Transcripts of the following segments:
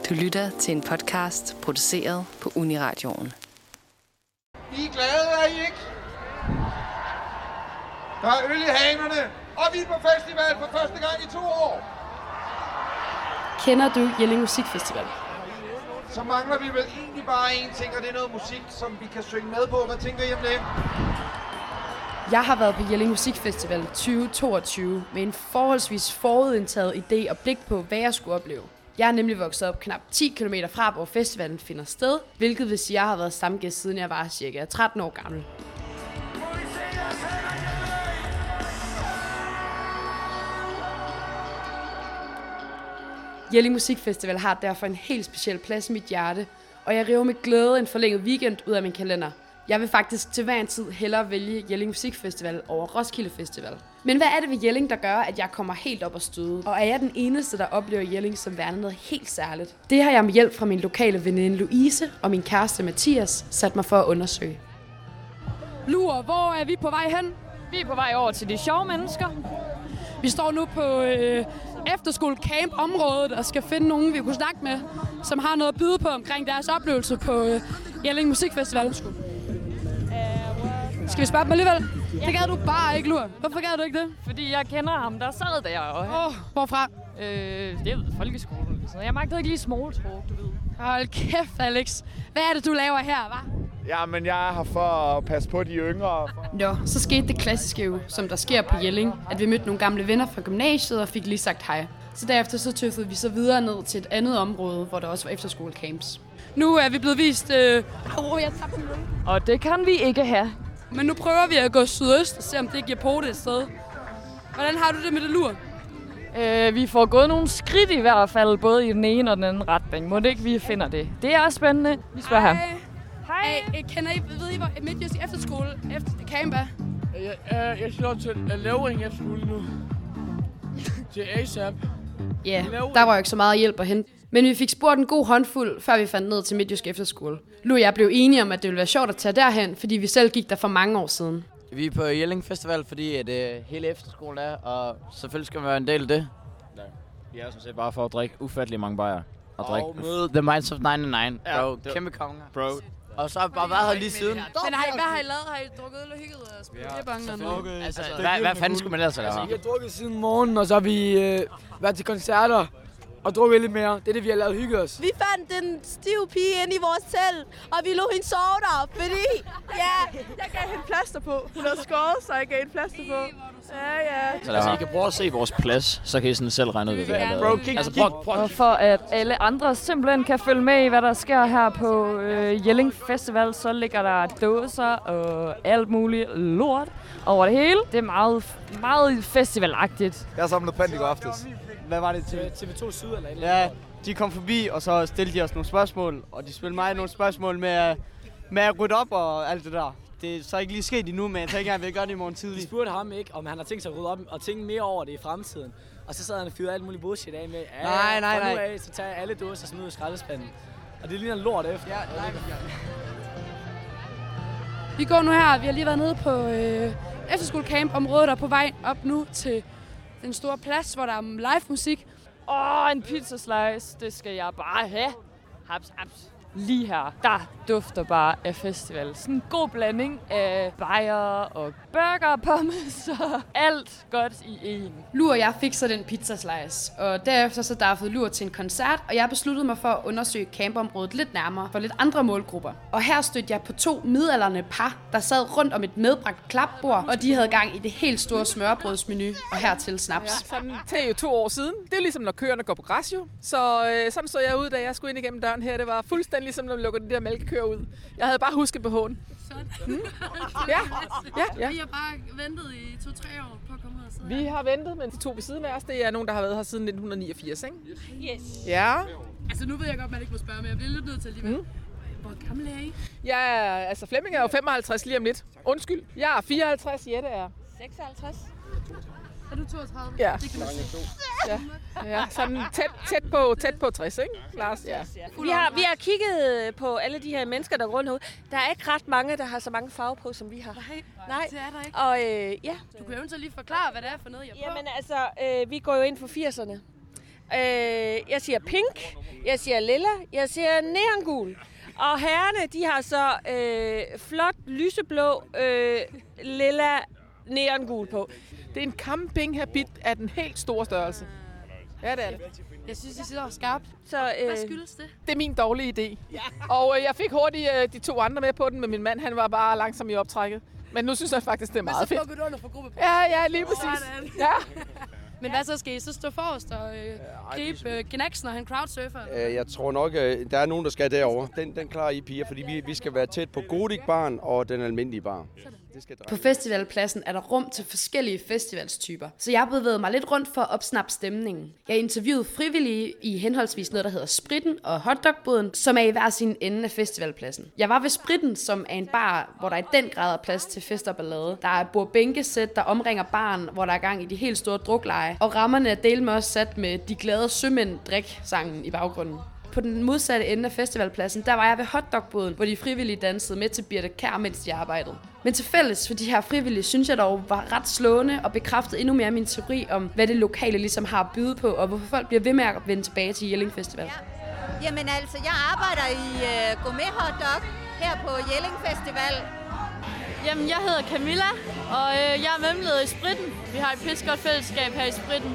Du lytter til en podcast produceret på Uniradioen. I er glade, er I ikke? Der er øl i hanerne, og vi er på festival for første gang i 2 år. Kender du Jelling Musikfestival? Så mangler vi vel egentlig bare én ting, og det er noget musik, som vi kan synge med på. Hvad tænker I om det? Jeg har været på Jelling Musikfestival 2022 med en forholdsvis forudindtaget idé og blik på, hvad jeg skulle opleve. Jeg er nemlig vokset op knap 10 km fra, hvor festivalen finder sted, hvilket vil sige, at jeg har været stamgæst siden jeg var cirka 13 år gammel. Jelling Musikfestival har derfor en helt speciel plads i mit hjerte, og jeg river med glæde en forlænget weekend ud af min kalender. Jeg vil faktisk til hver en tid hellere vælge Jelling Musikfestival over Roskilde Festival. Men hvad er det ved Jelling, der gør, at jeg kommer helt op at støde? Og er jeg den eneste, der oplever Jelling som værende noget helt særligt? Det har jeg med hjælp fra min lokale veninde Louise og min kæreste Mathias sat mig for at undersøge. Lur, hvor er vi på vej hen? Vi er på vej over til de sjove mennesker. Vi står nu på efterskole-camp-området og skal finde nogen, vi kunne snakke med, som har noget at byde på omkring deres oplevelse på Jelling Musikfestival. Skal vi spørge dem alligevel? Ja. Det gad du bare ikke, Lur. Hvorfor gad du ikke det? Fordi jeg kender ham, der sad der. Og hvorfra? Det er folkeskolen. Så jeg magtede ikke lige small talk, du ved. Hold kæft, Alex. Hvad er det, du laver her, hva'? Ja, men jeg er her for at passe på de yngre. Nå, så skete det klassiske jo, som der sker på Jelling, at vi mødte nogle gamle venner fra gymnasiet og fik lige sagt hej. Så derefter så tøffede vi så videre ned til et andet område, hvor der også var efterskolecamps. Nu er vi blevet vist... jeg tabte min. Og det kan vi ikke have. Men nu prøver vi at gå sydøst og se, om det giver på det et sted. Hvordan har du det med det, Lur? Vi får gået nogle skridt i hvert fald, både i den ene og den anden retning. Må det ikke, vi finder det? Det er spændende. Vi spørger ham. Hej. Kender I, ved I, hvor Midtjysk Efterskole efter det camp er? Jeg slår til Levering Efterskole nu. Til ASAP. Ja, der var jo ikke så meget hjælp at hente. Men vi fik spurgt en god håndfuld, før vi fandt ned til Midtjysk Efterskole. Lu og jeg blev enige om, at det ville være sjovt at tage derhen, fordi vi selv gik der for mange år siden. Vi er på Jelling Festival, fordi at, hele efterskolen er, og selvfølgelig skal man være en del af det. Ja. Vi er sådan set bare for at drikke ufattelig mange bajer. Og møde The Minds of 99. Ja, bro, kæmpe konger. Bro. Og så har vi bare været her lige siden. Men hvad har I lavet? Har I drukket øl og hygget og spillet bierbonger? Altså, hvad fanden skulle man ellers have lavet? Vi har drukket siden morgen, og så har vi været til koncerter og drukket lidt mere. Det er det, vi har lavet, hygge os. Vi fandt en stiv pige inde i vores telt, og vi lå hende sove der, fordi jeg gav hende plaster på. Hun havde skåret, så jeg gav hende plaster på. Ja. Så altså, I kan prøve at se vores plads, så kan I sådan selv regne ud, hvad det er. Altså, prøv. Og for at alle andre simpelthen kan følge med i, hvad der sker her på Jelling Festival, så ligger der dåser og alt muligt lort over det hele. Det er meget, meget festivalagtigt. Jeg samlede pant i går aftes. Hvad var det til? TV2 Syd eller et eller andet? Ja, de kom forbi, og så stillede de os nogle spørgsmål, og de spillede mig nogle spørgsmål med at rydde op og alt det der. Det er så ikke lige sket endnu, men jeg tænker, at jeg vil gøre det i morgen tidlig. De spurgte ham ikke, om han har tænkt sig at rydde op og tænke mere over det i fremtiden. Og så sad han og fyrede alt muligt bullshit af med, nej. Fra nu af, så tager jeg alle dåser og smider ud i skraldespanden. Og det ligner lort efter. Ja, nej. Vi går nu her, vi har lige været nede på efterskolecamp-området og på vej op nu til den store plads, hvor der er live musik. En pizza slice, det skal jeg bare have. Haps. Lige her, der dufter bare af festival. Sådan en god blanding af bajer og burger, pommes og alt godt i en. Lur og jeg fik så den pizza slice, og derefter så daffede Lur til en koncert, og jeg besluttede mig for at undersøge campområdet lidt nærmere for lidt andre målgrupper. Og her stødte jeg på 2 midaldrende par, der sad rundt om et medbragt klapbord, og de havde gang i det helt store smørbrødsmenu, og hertil snaps. Ja, sådan til jo 2 år siden. Det er ligesom, når køerne går på græs jo. Så sådan så jeg ud, da jeg skulle ind igennem døren her. Det var fuldstændig ligesom, når vi lukker de der mælkekøer ud. Jeg havde bare husket på hånden. Ja. Vi har bare ventet i 2-3 år på at komme ud og sidde. Vi har ventet, men de 2 ved siden af os, det er nogen, der har været her siden 1989, ikke? Yes. Ja. Altså nu ved jeg godt, man ikke må spørge, men jeg bliver lidt nødt til alligevel. Hvor gammel er I? Ja, altså Flemming er jo 55 lige om lidt. Undskyld. Jeg er 54, Jette er 56. Er du 32? Ja. Det kan man sige. Ja, sådan tæt på 60, ikke? Lars, ja. Vi har kigget på alle de her mennesker, der går rundt herude. Der er ikke ret mange, der har så mange farver på, som vi har. Nej, det er der ikke. Og ja. Du kan jo lige forklare, hvad det er for noget, jeg Jamen altså, vi går jo ind for 80'erne. Jeg siger pink. Jeg siger lilla. Jeg siger neongul. Og herrerne, de har så flot lyseblå lilla neongul på. Det er en campinghabit af den helt store størrelse. Ja, det er det. Jeg synes, det sidder skarpt. Så, hvad skyldes det? Det er min dårlige idé. Ja. Og jeg fik hurtigt de 2 andre med på den, men min mand han var bare langsom i optrækket. Men nu synes jeg faktisk, det er meget fedt. Men så får du under for gruppe. Ja, lige præcis. Ja. Men hvad så skal I så stå forrest og gribe Gnax, når han crowdsurfer? Jeg tror nok, der er nogen, der skal derover. Den klarer I piger, fordi vi skal være tæt på Godik-baren og den almindelige bar. På festivalpladsen er der rum til forskellige festivalstyper, så jeg har bevæget mig lidt rundt for at opsnappe stemningen. Jeg interviewede frivillige i henholdsvis noget, der hedder Spritten og Hotdogboden, som er i hver sin ende af festivalpladsen. Jeg var ved Spritten, som er en bar, hvor der i den grad er plads til fest og ballade. Der er bordbænkesæt, der omringer baren, hvor der er gang i de helt store drukleje, og rammerne er delt med også sat med De Glade Sømænd drik-sangen i baggrunden. På den modsatte ende af festivalpladsen, der var jeg ved hotdogboden, hvor de frivillige dansede med til Birte Kjær, mens de arbejdede. Men til fælles for de her frivillige, synes jeg dog var ret slående og bekræftede endnu mere min teori om, hvad det lokale ligesom har at byde på, og hvorfor folk bliver ved med at vende tilbage til Jelling Festival. Ja. Jamen altså, jeg arbejder i Gourmet Hotdog her på Jelling Festival. Jamen, jeg hedder Camilla, og jeg er mellemleder i Spritten. Vi har et pisse godt fællesskab her i Spritten.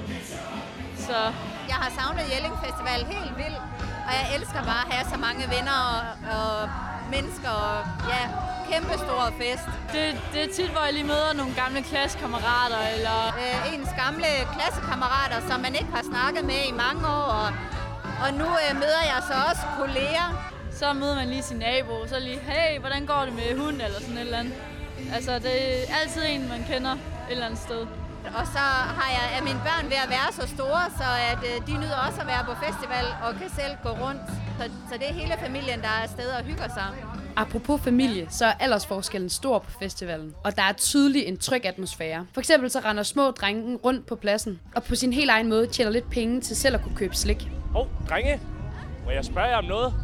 Så jeg har savnet Jelling Festival helt vildt. Og jeg elsker bare at have så mange venner og mennesker og kæmpe stor fest. Det er tit, hvor jeg lige møder nogle gamle klassekammerater eller ens gamle klassekammerater, som man ikke har snakket med i mange år. Og nu møder jeg så også kolleger. Så møder man lige sin nabo, så lige, hey, hvordan går det med hund eller sådan et eller andet. Altså, det er altid en, man kender et eller andet sted. Og så er mine børn ved at være så store, så at de nyder også at være på festival og kan selv gå rundt. Så det er hele familien, der er afsted og hygger sig. Apropos familie, så er aldersforskellen stor på festivalen, og der er tydeligt en tryg atmosfære. For eksempel så render små drenge rundt på pladsen, og på sin helt egen måde tjener lidt penge til selv at kunne købe slik. Drenge, må jeg spørge jer om noget?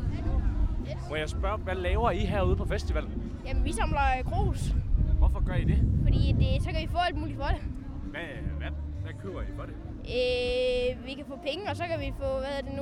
Må jeg spørge, hvad laver I herude på festivalen? Jamen, vi samler grus. Hvorfor gør I det? Fordi så kan vi få alt muligt for det. Hvad køber I for det? Vi kan få penge, og så kan vi få,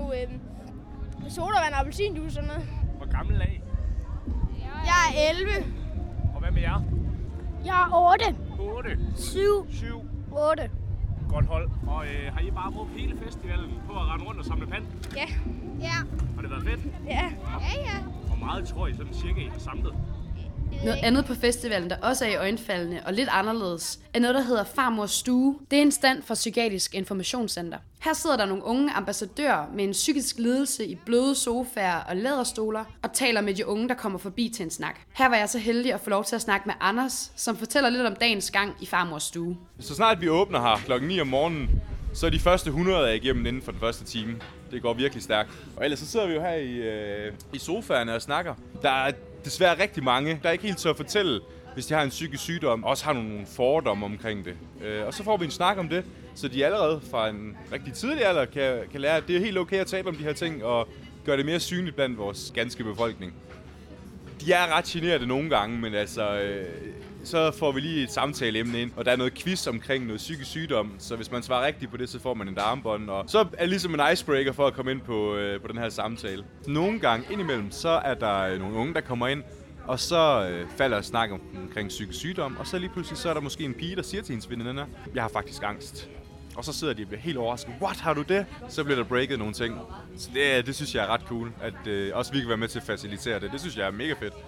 sodavand og appelsinjuice og sådan noget. Hvor gammel er I? Jeg er 11. Og hvad med jer? Jeg er 8. 8? 7. 8. Godt hold. Og har I bare brugt hele festivalen på at rende rundt og samle pand? Ja. Har det været fedt? Ja. Hvor meget tror I sådan cirka, I har samlet? Noget andet på festivalen, der også er i øjenfaldende og lidt anderledes, er noget, der hedder Farmors Stue. Det er en stand for Psykiatrisk Informationscenter. Her sidder der nogle unge ambassadører med en psykisk lidelse i bløde sofaer og læderstoler og taler med de unge, der kommer forbi til en snak. Her var jeg så heldig at få lov til at snakke med Anders, som fortæller lidt om dagens gang i Farmors Stue. Så snart vi åbner her klokken 9 om morgenen, så er de første 100 igennem inden for den første time. Det går virkelig stærkt. Og ellers så sidder vi jo her i sofaerne og snakker. Der er desværre rigtig mange, der ikke helt tør at fortælle, hvis de har en psykisk sygdom, også har nogle fordomme omkring det. Og så får vi en snak om det, så de allerede fra en rigtig tidlig alder kan lære, at det er helt okay at tale om de her ting, og gøre det mere synligt blandt vores ganske befolkning. De er ret generede nogle gange, men altså, så får vi lige et samtaleemne ind, og der er noget quiz omkring noget psykisk sygdom, så hvis man svarer rigtigt på det, så får man et armbånd, og så er det ligesom en icebreaker for at komme ind på den her samtale. Nogle gange indimellem, så er der nogle unge, der kommer ind, og så falder snak omkring psykisk sygdom, og så lige pludselig så er der måske en pige, der siger til hendes veninde, jeg har faktisk angst. Og så sidder de og bliver helt overrasket. What, har du det? Så bliver der breaket nogle ting. Så det synes jeg er ret cool, at også vi kan være med til at facilitere det. Det synes jeg er mega fedt.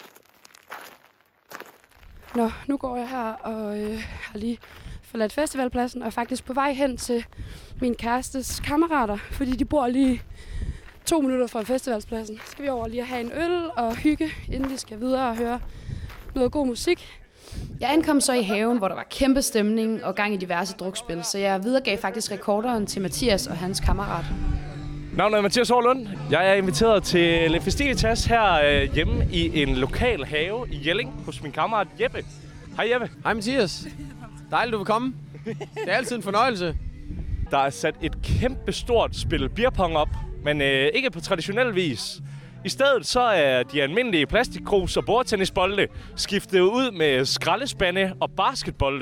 Nå, nu går jeg her og har lige forladt festivalpladsen og er faktisk på vej hen til min kærestes kammerater, fordi de bor lige 2 minutter fra festivalpladsen. Så skal vi over lige at have en øl og hygge, inden vi skal videre og høre noget god musik. Jeg ankom så i haven, hvor der var kæmpe stemning og gang i diverse drukspil, så jeg videregav faktisk rekorderen til Mathias og hans kammerat. Navnet er Mathias Aarlund. Jeg er inviteret til Le Festivitas her hjemme i en lokal have i Jelling hos min kammerat Jeppe. Hej Jeppe. Hej Mathias. Dejligt, du vil komme. Det er altid en fornøjelse. Der er sat et kæmpe stort spil beerpong op, men ikke på traditionel vis. I stedet så er de almindelige plastikkrus og bordtennisbolde skiftet ud med skraldespande og basketbolde.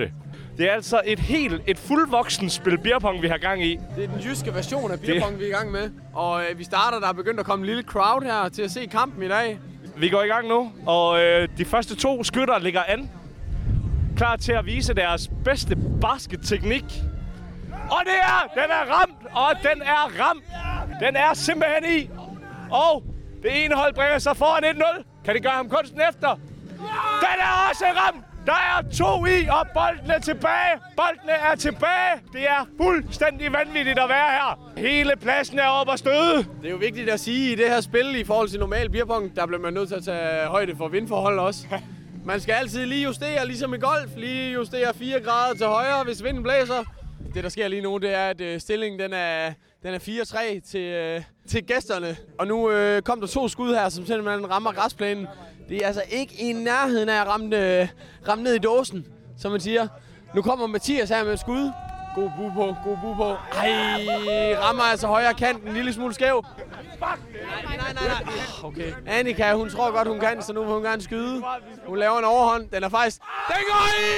Det er altså et fuldvoksen spil beerpong, vi har gang i. Det er den jyske version af beerpong, vi er i gang med. Og vi starter, der er begyndt at komme en lille crowd her til at se kampen i dag. Vi går i gang nu, og de første 2 skytter ligger an. Klar til at vise deres bedste basketteknik. Og den er ramt! Den er simpelthen i. Og det ene hold bringer sig foran 1-0. Kan det gøre ham kunsten efter? Den er også ramt! Der er 2 i, og bolden er tilbage! Det er fuldstændig vanvittigt at være her. Hele pladsen er oppe at støde. Det er jo vigtigt at sige i det her spil, i forhold til normal beerpong, der bliver man nødt til at tage højde for vindforhold også. Man skal altid lige justere, ligesom i golf. Lige justere 4 grader til højre, hvis vinden blæser. Det, der sker lige nu, det er, at stillingen den er 4-3 til gæsterne. Og nu kom der 2 skud her, som simpelthen rammer græsplænen. Det er altså ikke i nærheden af at ramme ned i dåsen, som man siger. Nu kommer Mathias her med et skud. God bue på. Ej, rammer altså højre kanten, en lille smule skæv. Nej. Okay. Annika, hun tror godt, hun kan, så nu vil hun gerne skyde. Hun laver en overhånd. Den er faktisk... Den går i!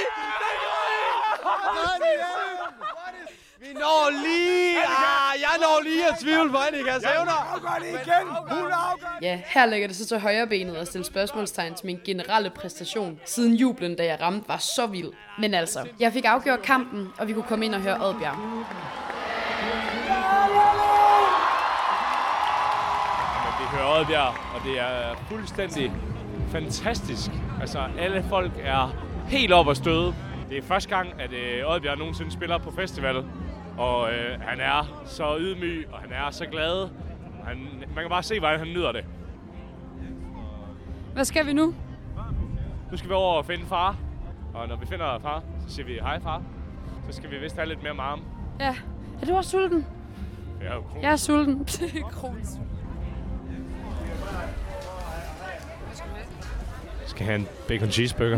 Vi når lige... jeg når lige at tvivle på Annikas evner. Ja, her lægger det så til højre benet og stille spørgsmålstegn til min generelle præstation, siden jublen, da jeg ramte, var så vild. Men altså, jeg fik afgjort kampen, og vi kunne komme ind og høre Oddbjerg. Vi hører Oddbjerg, og det er fuldstændig fantastisk. Altså, alle folk er helt op at støde. Det er første gang, at Oddbjerg nogensinde spiller på festivalet. Og han er så ydmyg, og han er så glad. Man kan bare se, hvordan han nyder det. Hvad skal vi nu? Nu skal vi over og finde far. Og når vi finder far, så siger vi hej far. Så skal vi vist have lidt mere med ham. Ja. Er du også sulten? Jeg er sulten. Skal have en bacon cheeseburger.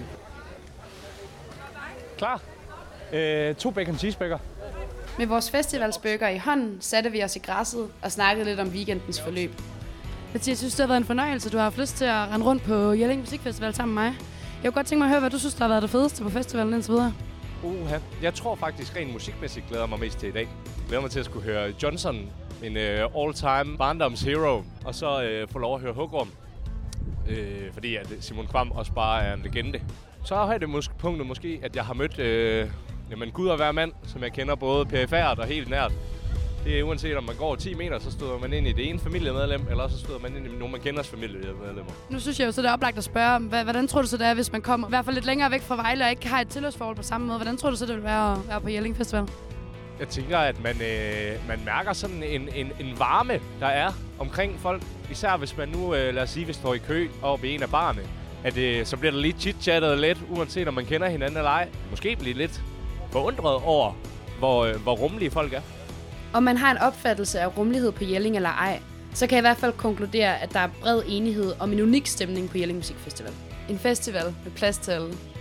Klar. 2 bacon cheeseburger. Med vores festivalsburger i hånden satte vi os i græsset og snakkede lidt om weekendens forløb. Mathias, jeg synes, det har været en fornøjelse. Du har haft lyst til at rende rundt på Jelling Musikfestival sammen med mig. Jeg kunne godt tænke mig at høre, hvad du synes, der har været det fedeste på festivalen indtil videre. Jeg tror faktisk rent musikmæssigt glæder mig mest til i dag. Jeg glæder mig til at skulle høre Johnson, en all-time barndomshero, og så få lov at høre Hugorm. Fordi at Simon Kvam også bare er en legende. Så har jeg det punktet måske, at jeg har mødt Gud og hver mand, som jeg kender både perifært og helt nært. Det er uanset om man går 10 meter, så støder man ind i det ene familiemedlem, eller så støder man ind i nogen, man kenders familiemedlemmer. Nu synes jeg jo så, det er oplagt at spørge, hvordan tror du så det er, hvis man kommer i hvert fald lidt længere væk fra Vejle og ikke har et tilhørsforhold på samme måde? Hvordan tror du så, det vil være at være på Jelling Festival? Jeg tænker, at man mærker sådan en varme, der er omkring folk. Især hvis man nu, lad os sige, vi står i kø oppe i en af barne. At så bliver der lige chit-chattet lidt, uanset om man kender hinanden eller ej. Måske blive lidt forundret over, hvor rummelige folk er. Om man har en opfattelse af rummelighed på Jelling eller ej, så kan jeg i hvert fald konkludere, at der er bred enighed om en unik stemning på Jelling Musikfestival. En festival med plads til alle.